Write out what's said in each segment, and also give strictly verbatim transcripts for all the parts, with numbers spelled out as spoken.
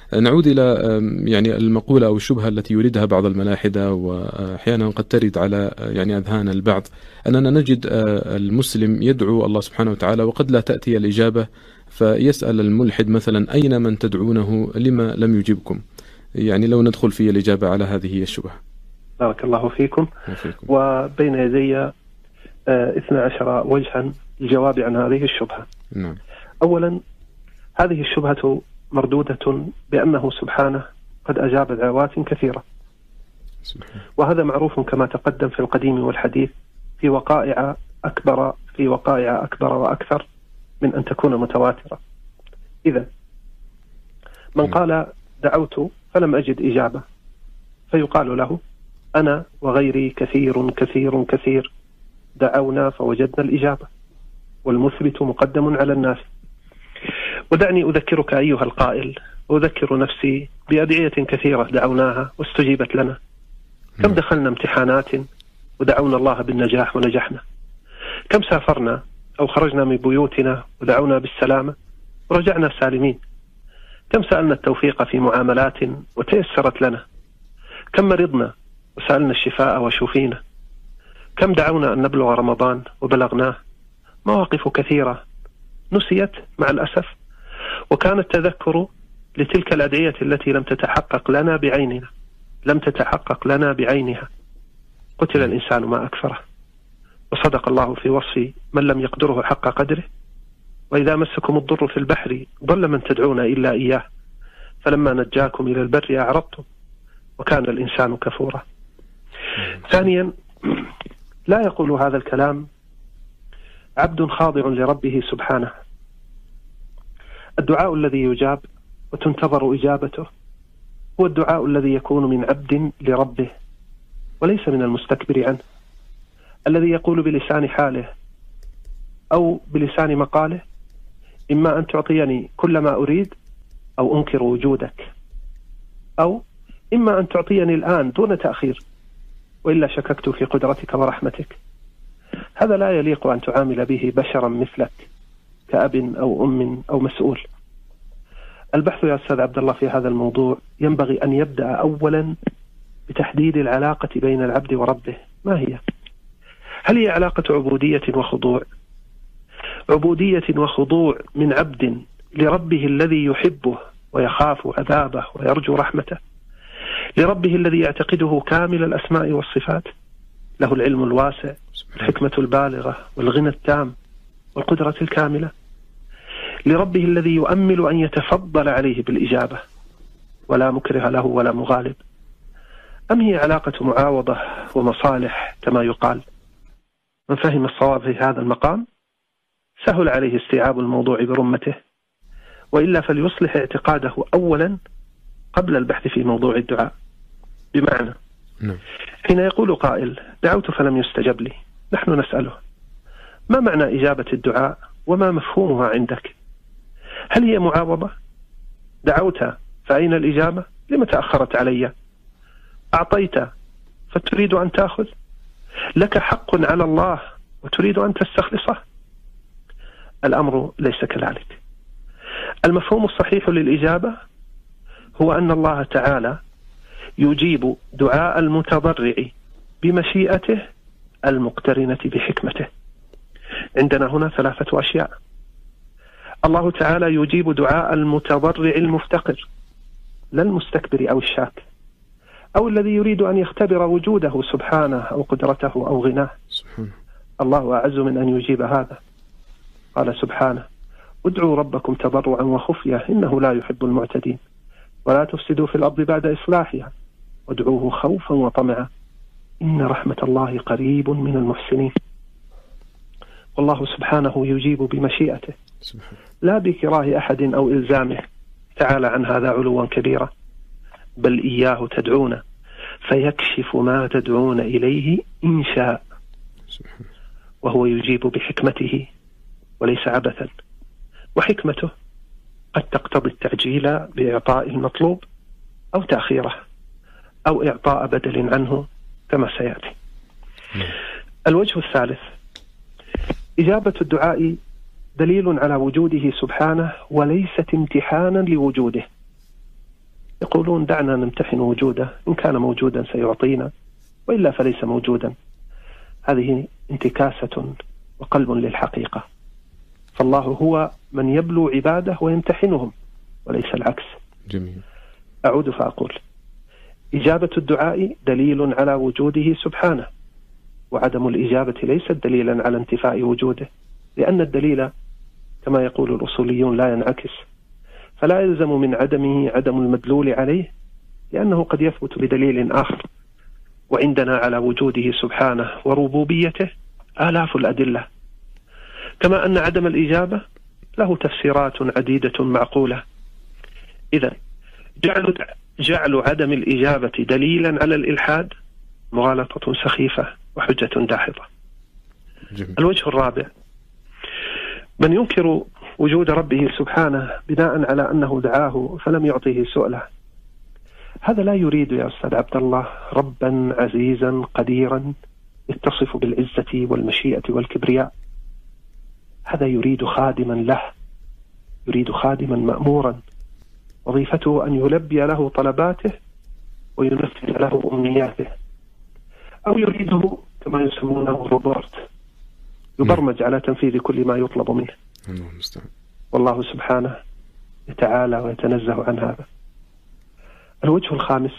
نعود إلى يعني المقولة أو الشبهة التي يريدها بعض الملاحدة، وأحيانا قد ترد على يعني أذهان البعض، أننا نجد المسلم يدعو الله سبحانه وتعالى وقد لا تأتي الإجابة، فيسأل الملحد مثلا أين من تدعونه لما لم يجبكم؟ يعني لو ندخل في الإجابة على هذه الشبهة. بارك الله فيكم. وفيكم. وبين يدي اثنا عشر وجها للجواب عن هذه الشبهة. نعم. أولا، هذه الشبهة مردودة بأنه سبحانه قد أجاب دعوات كثيرة، وهذا معروف كما تقدم في القديم والحديث في وقائع أكبر في وقائع أكبر وأكثر من أن تكون متواترة. إذا من قال دعوت فلم أجد إجابة فيقال له أنا وغيري كثير كثير كثير دعونا فوجدنا الإجابة، والمثبت مقدم على الناس. ودعني أذكرك أيها القائل، أذكر نفسي بأدعية كثيرة دعوناها واستجيبت لنا. كم دخلنا امتحانات ودعونا الله بالنجاح ونجحنا. كم سافرنا أو خرجنا من بيوتنا ودعونا بالسلامة ورجعنا سالمين. كم سألنا التوفيق في معاملات وتيسرت لنا. كم مرضنا وسألنا الشفاء وشفينا. كم دعونا أن نبلغ رمضان وبلغناه. مواقف كثيرة نسيت مع الأسف، وكان التذكر لتلك الأدعية التي لم تتحقق لنا بعيننا لم تتحقق لنا بعينها. قتل الإنسان ما أكثره، وصدق الله في وصف من لم يقدره حق قدره. وإذا مسكم الضر في البحر ضل من تدعون إلا إياه، فلما نجاكم إلى البر أعرضتم وكان الإنسان كفورا. ثانيا، لا يقول هذا الكلام عبد خاضع لربه سبحانه. الدعاء الذي يجاب وتنتظر إجابته هو الدعاء الذي يكون من عبد لربه وليس من المستكبر عنه، الذي يقول بلسان حاله أو بلسان مقاله إما أن تعطيني كل ما أريد أو أنكر وجودك، أو إما أن تعطيني الآن دون تأخير وإلا شككت في قدرتك ورحمتك. هذا لا يليق أن تعامل به بشرا مثلك كأب أو أم أو مسؤول. البحث يا أستاذ عبد الله في هذا الموضوع ينبغي أن يبدأ أولا بتحديد العلاقة بين العبد وربه. ما هي؟ هل هي علاقة عبودية وخضوع؟ عبودية وخضوع من عبد لربه الذي يحبه ويخاف عذابه ويرجو رحمته، لربه الذي يعتقده كامل الأسماء والصفات، له العلم الواسع، الحكمة البالغة، والغنى التام، والقدرة الكاملة، لربه الذي يؤمل أن يتفضل عليه بالإجابة ولا مكره له ولا مغالب؟ أم هي علاقة معاوضة ومصالح كما يقال؟ من فهم الصواب في هذا المقام سهل عليه استيعاب الموضوع برمته، وإلا فليصلح اعتقاده أولا قبل البحث في موضوع الدعاء. بمعنى حين يقول قائل دعوت فلم يستجب لي، نحن نسأله ما معنى إجابة الدعاء وما مفهومها عندك؟ هل هي معاوضة؟ دعوت فأين الإجابة؟ لما تأخرت علي؟ أعطيت فتريد أن تأخذ؟ لك حق على الله وتريد أن تستخلصه؟ الأمر ليس كذلك. المفهوم الصحيح للإجابة هو أن الله تعالى يجيب دعاء المتضرع بمشيئته المقترنة بحكمته. عندنا هنا ثلاثة أشياء. الله تعالى يجيب دعاء المتضرع المفتقر، لا المستكبر أو الشاك أو الذي يريد أن يختبر وجوده سبحانه أو قدرته أو غناه. الله أعز من أن يجيب هذا. قال سبحانه ادعوا ربكم تضرعا وخفية إنه لا يحب المعتدين ولا تفسدوا في الأرض بعد إصلاحها وادعوه خوفا وطمعا إن رحمة الله قريب من المحسنين. والله سبحانه يجيب بمشيئته لا بكراه أحد أو إلزامه، تعالى عن هذا علوا كبيرا، بل إياه تدعون فيكشف ما تدعون إليه إن شاء، وهو يجيب بحكمته وليس عبثا. وحكمته قد تقتضي التعجيل بإعطاء المطلوب أو تأخيره أو إعطاء بدل عنه كما سيأتي. الوجه الثالث، إجابة الدعاء دليل على وجوده سبحانه وليست امتحانا لوجوده. يقولون دعنا نمتحن وجوده، إن كان موجودا سيعطينا وإلا فليس موجودا. هذه انتكاسة وقلب للحقيقة، فالله هو من يبلو عباده ويمتحنهم وليس العكس. جميل. أعود فأقول: إجابة الدعاء دليل على وجوده سبحانه، وعدم الإجابة ليست دليلا على انتفاء وجوده، لأن الدليل كما يقول الأصوليون لا ينعكس، فلا يلزم من عدمه عدم المدلول عليه، لأنه قد يثبت بدليل آخر. وعندنا على وجوده سبحانه وربوبيته آلاف الأدلة، كما أن عدم الإجابة له تفسيرات عديدة معقولة. إذا جعل, جعل عدم الإجابة دليلا على الإلحاد مغالطة سخيفة وحجة داحضة. جميل. الوجه الرابع: من ينكر وجود ربه سبحانه بناء على أنه دعاه فلم يعطيه سؤله، هذا لا يريد يا أستاذ عبد الله ربا عزيزا قديرا يتصف بالعزة والمشيئة والكبرياء، هذا يريد خادما له، يريد خادما مأمورا وظيفته أن يلبي له طلباته وينفذ له أمنياته، أو يريده كما يسمونه روبوت يبرمج على تنفيذ كل ما يطلب منه. والله سبحانه يتعالى ويتنزه عن هذا. الوجه الخامس: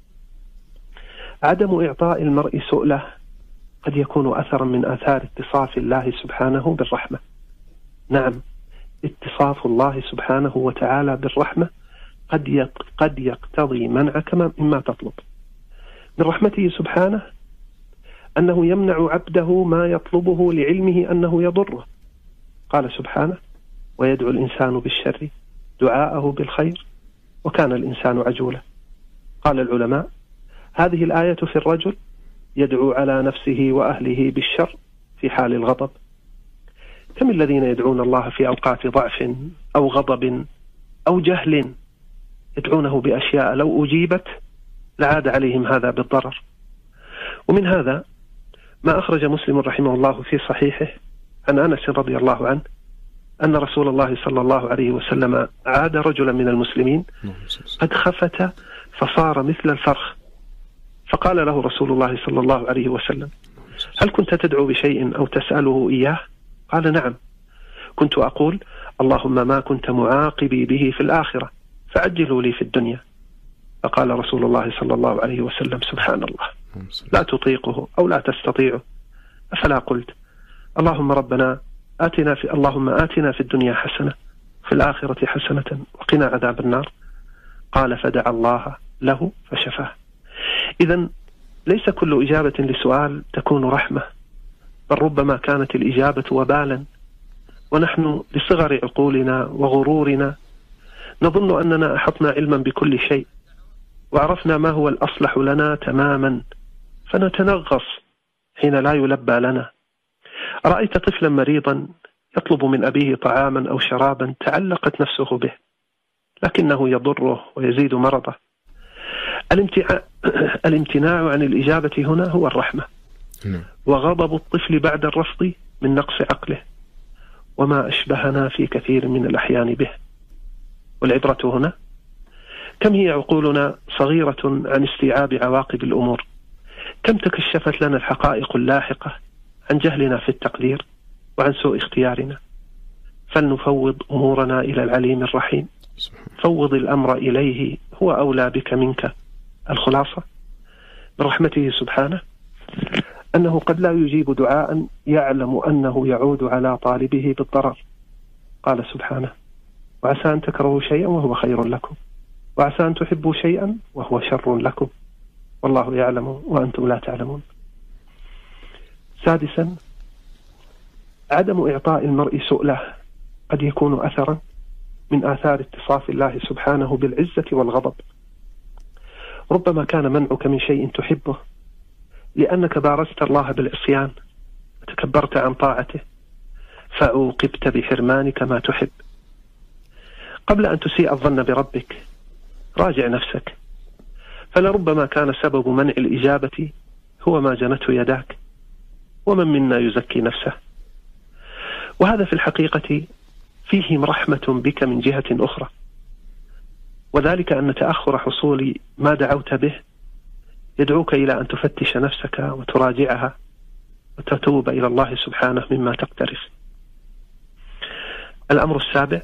عدم إعطاء المرء سؤله قد يكون أثرا من آثار اتصاف الله سبحانه بالرحمة. نعم، اتصاف الله سبحانه وتعالى بالرحمة قد قد يقتضي منعك مما تطلب. من رحمته سبحانه أنه يمنع عبده ما يطلبه لعلمه أنه يضره. قال سبحانه: ويدعو الإنسان بالشر دعاءه بالخير وكان الإنسان عجولا. قال العلماء: هذه الآية في الرجل يدعو على نفسه وأهله بالشر في حال الغضب. كم الذين يدعون الله في أوقات ضعف أو غضب أو جهل يدعونه بأشياء لو أجيبت لعاد عليهم هذا بالضرر. ومن هذا ما أخرج مسلم رحمه الله في صحيحه عن أنس رضي الله عنه أن رسول الله صلى الله عليه وسلم عاد رجلا من المسلمين قد خفت فصار مثل الفرخ، فقال له رسول الله صلى الله عليه وسلم: هل كنت تدعو بشيء أو تسأله إياه؟ قال: نعم، كنت أقول: اللهم ما كنت معاقبي به في الآخرة فعجلوا لي في الدنيا. فقال رسول الله صلى الله عليه وسلم: سبحان الله، لا تطيقه أو لا تستطيعه، أفلا قلت اللهم ربنا آتنا في اللهم آتنا في الدنيا حسنة في الآخرة حسنة وقنا عذاب النار؟ قال: فدعا الله له فشفاه. إذن ليس كل إجابة لسؤال تكون رحمة، بل ربما كانت الإجابة وبالا، ونحن لصغر عقولنا وغرورنا نظن أننا أحطنا علما بكل شيء وعرفنا ما هو الأصلح لنا تماما، فنتنغص حين لا يلبى لنا. رأيت طفلا مريضا يطلب من أبيه طعاما أو شرابا تعلقت نفسه به، لكنه يضره ويزيد مرضه. الامتناع عن الإجابة هنا هو الرحمة، وغضب الطفل بعد الرفض من نقص عقله، وما أشبهنا في كثير من الأحيان به. والعبرة هنا كم هي عقولنا صغيرة عن استيعاب عواقب الأمور، كم تكشفت لنا الحقائق اللاحقة عن جهلنا في التقدير وعن سوء اختيارنا. فلنفوض أمورنا إلى العليم الرحيم، فوض الأمر إليه، هو أولى بك منك. الخلاصة من رحمته سبحانه أنه قد لا يجيب دعاء يعلم أنه يعود على طالبه بالضرر. قال سبحانه: وعسى أن تكرهوا شيئا وهو خير لكم، وعسى أن تحبوا شيئا وهو شر لكم، والله يعلم وأنتم لا تعلمون. سادسا: عدم إعطاء المرء سؤله قد يكون أثرا من آثار اتصاف الله سبحانه بالعزة والغضب. ربما كان منعك من شيء تحبه لأنك بارزت الله بالعصيان وتكبرت عن طاعته فعوقبت بحرمانك ما تحب. قبل أن تسيء الظن بربك راجع نفسك، فلربما كان سبب منع الإجابة هو ما جنته يداك، ومن منا يزكي نفسه. وهذا في الحقيقة فيه رحمة بك من جهة أخرى، وذلك أن تأخر حصول ما دعوت به يدعوك إلى أن تفتش نفسك وتراجعها وتتوب إلى الله سبحانه مما تقترف. الأمر السابع: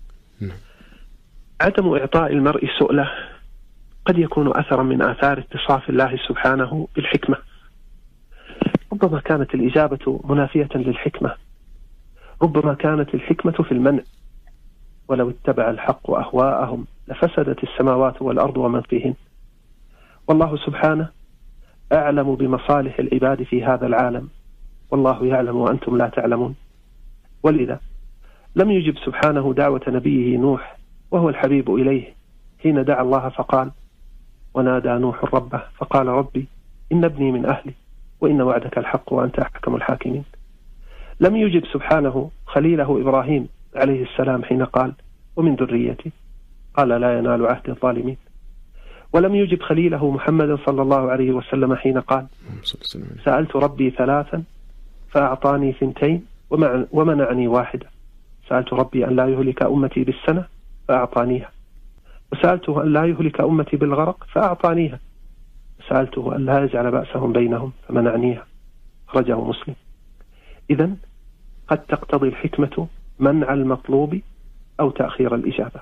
عدم إعطاء المرء سؤله قد يكون أثرا من آثار اتصاف الله سبحانه بالحكمة. ربما كانت الإجابة منافية للحكمة، ربما كانت الحكمة في المنع، ولو اتبع الحق أهواءهم لفسدت السماوات والأرض ومن فيهن، والله سبحانه أعلم بمصالح العباد في هذا العالم، والله يعلم وأنتم لا تعلمون. ولذا لم يجب سبحانه دعوة نبيه نوح وهو الحبيب إليه حين دعا الله فقال: ونادى نوح ربه فقال ربي إن ابني من أهلي وإن وعدك الحق وأنت أحكم الحاكمين. لم يجب سبحانه خليله إبراهيم عليه السلام حين قال: ومن ذريتي، قال: لا ينال عهد الظالمين. ولم يجب خليله محمد صلى الله عليه وسلم حين قال: سألت ربي ثلاثا فأعطاني ثنتين ومنعني واحدة، سألت ربي أن لا يهلك أمتي بالسنة فأعطانيها، وسألته أن لا يهلك أمتي بالغرق فأعطانيها، وسألته أن لا يجعل بأسهم بينهم فمنعنيها. أخرجه مسلم. إذن قد تقتضي الحكمة منع المطلوب أو تأخير الإجابة.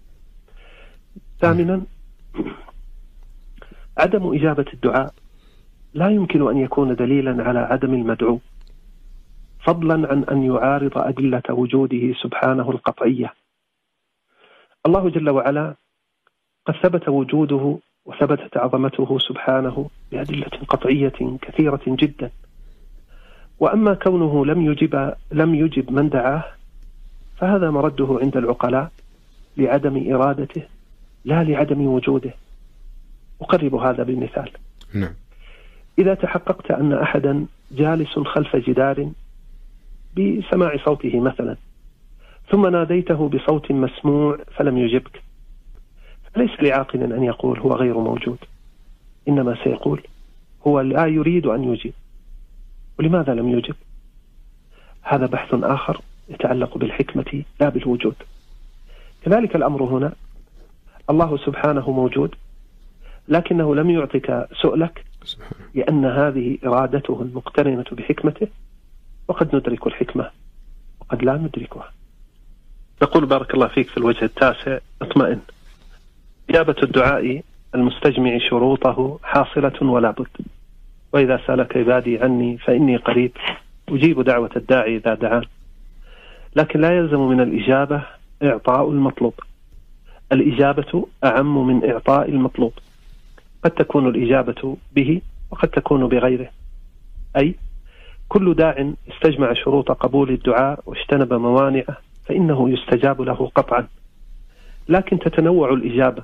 ثامنا: عدم إجابة الدعاء لا يمكن أن يكون دليلا على عدم المدعو، فضلا عن أن يعارض أدلة وجوده سبحانه القطعية. الله جل وعلا قد ثبت وجوده وثبتت عظمته سبحانه بأدلة قطعية كثيرة جدا، وأما كونه لم يجب لم يجب من دعاه فهذا مرده عند العقلاء لعدم إرادته لا لعدم وجوده. أقرب هذا بمثال. نعم. إذا تحققت أن أحدا جالس خلف جدار بسماع صوته مثلا، ثم ناديته بصوت مسموع فلم يجبك، فليس لعاقل أن يقول هو غير موجود، إنما سيقول هو لا يريد أن يجيب. ولماذا لم يجب؟ هذا بحث آخر يتعلق بالحكمة لا بالوجود. كذلك الأمر هنا، الله سبحانه موجود لكنه لم يعطك سؤلك لأن هذه إرادته المقترنة بحكمته، وقد ندرك الحكمة وقد لا ندركها. نقول بارك الله فيك في الوجه التاسع: اطمئن. إجابة الدعاء المستجمع شروطه حاصلة ولا بد، وإذا سألك عبادي عني فإني قريب أجيب دعوة الداعي إذا دعان. لكن لا يلزم من الإجابة إعطاء المطلوب، الإجابة أعم من إعطاء المطلوب. قد تكون الإجابة به وقد تكون بغيره، أي كل داع استجمع شروط قبول الدعاء واجتنب موانعه فإنه يستجاب له قطعا، لكن تتنوع الإجابة،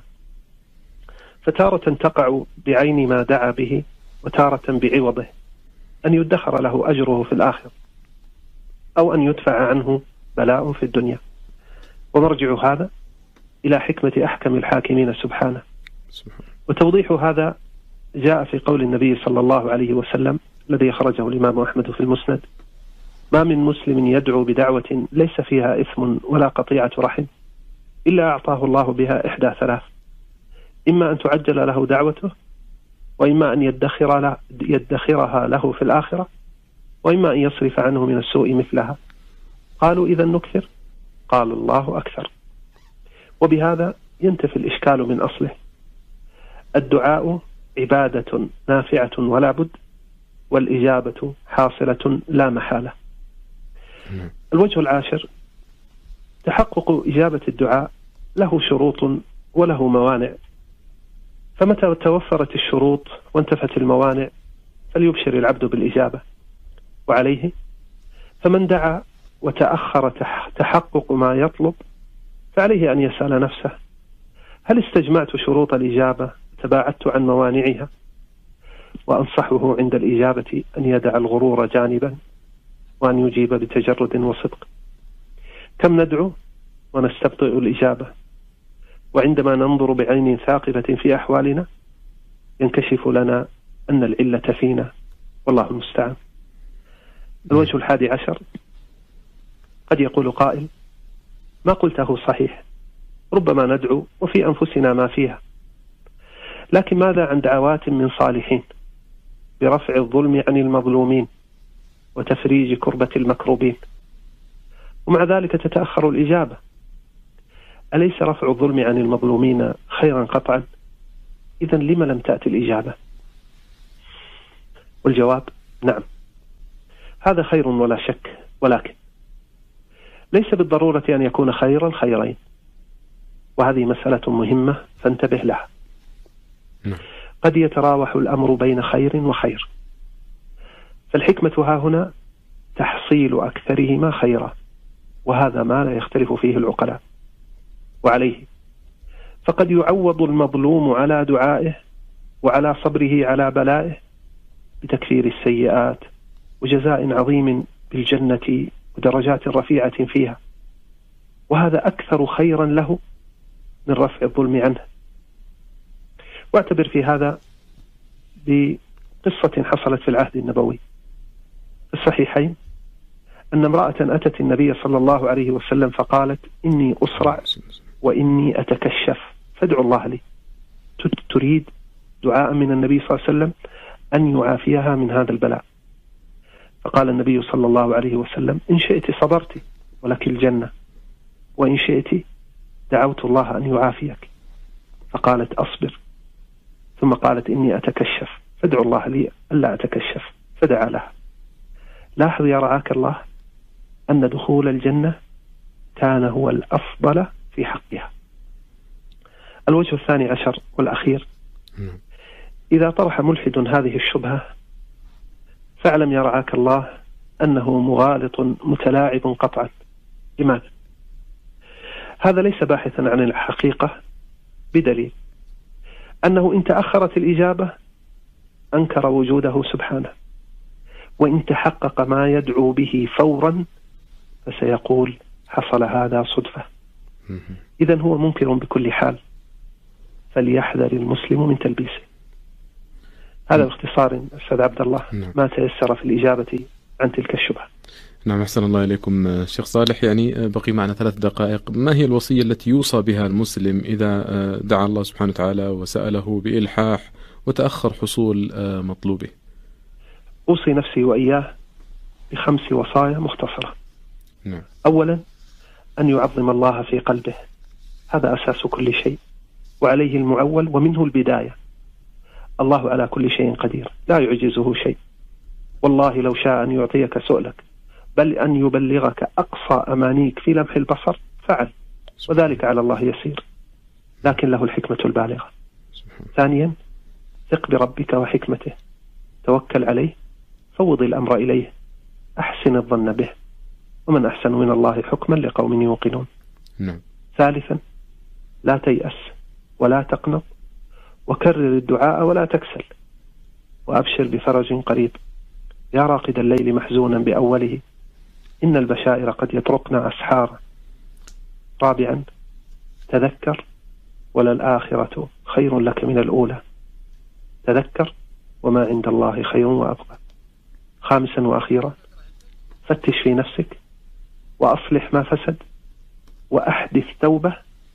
فتارة تقع بعين ما دعا به، وتارة بعوضه، أن يدخر له أجره في الآخر، أو أن يدفع عنه بلاء في الدنيا. ومرجع هذا إلى حكمة أحكم الحاكمين سبحانه. وتوضيح هذا جاء في قول النبي صلى الله عليه وسلم الذي أخرجه الإمام أحمد في المسند: ما من مسلم يدعو بدعوة ليس فيها إثم ولا قطيعة رحم إلا أعطاه الله بها إحدى ثلاث: إما أن تعجل له دعوته، وإما أن يدخر له يدخرها له في الآخرة، وإما أن يصرف عنه من السوء مثلها. قالوا: إذا نكثر؟ قال: الله أكثر. وبهذا ينتفي الإشكال من أصله. الدعاء عبادة نافعة ولا بد، والإجابة حاصلة لا محالة. الوجه العاشر: تحقق إجابة الدعاء له شروط وله موانع، فمتى توفرت الشروط وانتفت الموانع فليبشر العبد بالإجابة. وعليه فمن دعا وتأخر تحقق ما يطلب فعليه أن يسأل نفسه: هل استجمعت شروط الإجابة تباعدت عن موانعها؟ وأنصحه عند الإجابة أن يدع الغرور جانبا، وأن يجيب بتجرد وصدق. كم ندعو ونستبطئ الإجابة، وعندما ننظر بعين ثاقبة في أحوالنا ينكشف لنا أن العلة فينا، والله المستعان. الوجه الحادي عشر: قد يقول قائل: ما قلته صحيح، ربما ندعو وفي أنفسنا ما فيها، لكن ماذا عن دعوات من صالحين برفع الظلم عن المظلومين وتفريج كربة المكروبين، ومع ذلك تتأخر الإجابة؟ أليس رفع الظلم عن المظلومين خيرا قطعا؟ إذن لما لم تأتي الإجابة؟ والجواب نعم، هذا خير ولا شك، ولكن ليس بالضرورة أن يكون خيرا خيرين، وهذه مسألة مهمة فانتبه لها. قد يتراوح الأمر بين خير وخير، فالحكمة ها هنا تحصيل أكثرهما خيرا، وهذا ما لا يختلف فيه العقلاء. وعليه فقد يعوض المظلوم على دعائه وعلى صبره على بلائه بتكفير السيئات وجزاء عظيم بالجنة ودرجات رفيعة فيها، وهذا أكثر خيرا له من رفع الظلم عنه. واعتبر في هذا بقصة حصلت في العهد النبوي في الصحيحين، أن امرأة أتت النبي صلى الله عليه وسلم فقالت: إني أسرع وإني أتكشف فادعوا الله لي. تريد دعاء من النبي صلى الله عليه وسلم أن يعافيها من هذا البلاء. فقال النبي صلى الله عليه وسلم: إن شئت صبرت ولك الجنة، وإن شئت دعوت الله أن يعافيك. فقالت: أصبر. ثم قالت: إني أتكشف فادعوا الله لي ألا أتكشف، فدعا لها. لاحظ يا رعاك الله أن دخول الجنة كان هو الأفضل في حقها. الوجه الثاني عشر والأخير: إذا طرح ملحد هذه الشبهة فاعلم يا رعاك الله أنه مغالط متلاعب قطعا. لماذا؟ هذا ليس باحثا عن الحقيقة، بدليل أنه إن تأخرت الإجابة أنكر وجوده سبحانه، وإن تحقق ما يدعو به فورا فسيقول حصل هذا صدفة. إذن هو منكر بكل حال، فليحذر المسلم من تلبيسه. هذا باختصار أستاذ عبد الله ما تيسر في الإجابة عن تلك الشبهة. نعم، أحسن الله إليكم شيخ صالح. يعني بقي معنا ثلاث دقائق. ما هي الوصية التي يوصى بها المسلم إذا دعا الله سبحانه وتعالى وسأله بإلحاح وتأخر حصول مطلوبه؟ أوصي نفسي وإياه بخمس وصايا مختصرة. نعم. أولا أن يعظم الله في قلبه، هذا أساس كل شيء وعليه المعول ومنه البداية. الله على كل شيء قدير، لا يعجزه شيء. والله لو شاء أن يعطيك سؤلك بل أن يبلغك أقصى أمانيك في لمح البصر فعل، وذلك على الله يسير، لكن له الحكمة البالغة. ثانيا ثق بربك وحكمته، توكل عليه، فوض الأمر إليه، أحسن الظن به، ومن أحسن من الله حكما لقوم يوقنون. نعم. ثالثا لا تيأس ولا تقنط، وكرر الدعاء ولا تكسل، وأبشر بفرج قريب. يا راقد الليل محزونا بأوله، إن البشائر قد يطرقن أسحارا. رابعا تذكر وللآخرة خير لك من الأولى، تذكر وما عند الله خير وأبقى. خامسا وأخيرا فتش في نفسك وأصلح ما فسد، وأحدث توبة،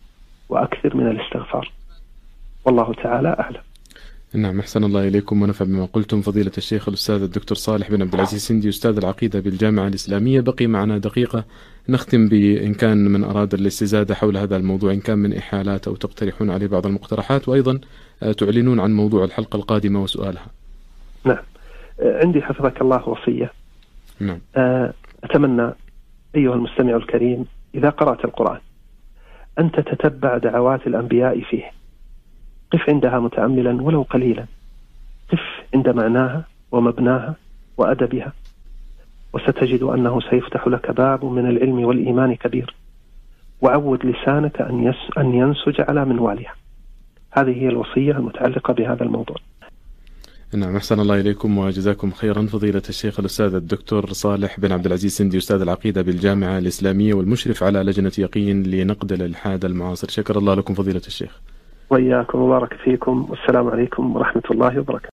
وأكثر من الاستغفار. والله تعالى أعلم. نعم، أحسن الله إليكم ونفع بما قلتم فضيلة الشيخ الأستاذ الدكتور صالح بن عبد العزيز سندي، أستاذ العقيدة بالجامعة الإسلامية. بقي معنا دقيقة نختم بإن كان من أراد الاستزادة حول هذا الموضوع، إن كان من إحالات أو تقترحون عليه بعض المقترحات، وأيضا تعلنون عن موضوع الحلقة القادمة وسؤالها. نعم، عندي حفظك الله وصية. نعم. أتمنى أيها المستمع الكريم إذا قرأت القرآن أن تتتبع دعوات الأنبياء فيه، قف عندها متأملا ولو قليلا، قف عند معناها ومبناها وأدبها، وستجد أنه سيفتح لك باب من العلم والإيمان كبير. وعود لسانك أن, يس أن ينسج على منوالها. هذه هي الوصية المتعلقة بهذا الموضوع. نعم، أحسن الله إليكم وجزاكم خيرا فضيلة الشيخ الأستاذ الدكتور صالح بن عبد العزيز سندي، أستاذ العقيدة بالجامعة الإسلامية والمشرف على لجنة يقين لنقد الإلحاد المعاصر. شكر الله لكم فضيلة الشيخ. وإياكم وبارك فيكم، والسلام عليكم ورحمة الله وبركاته.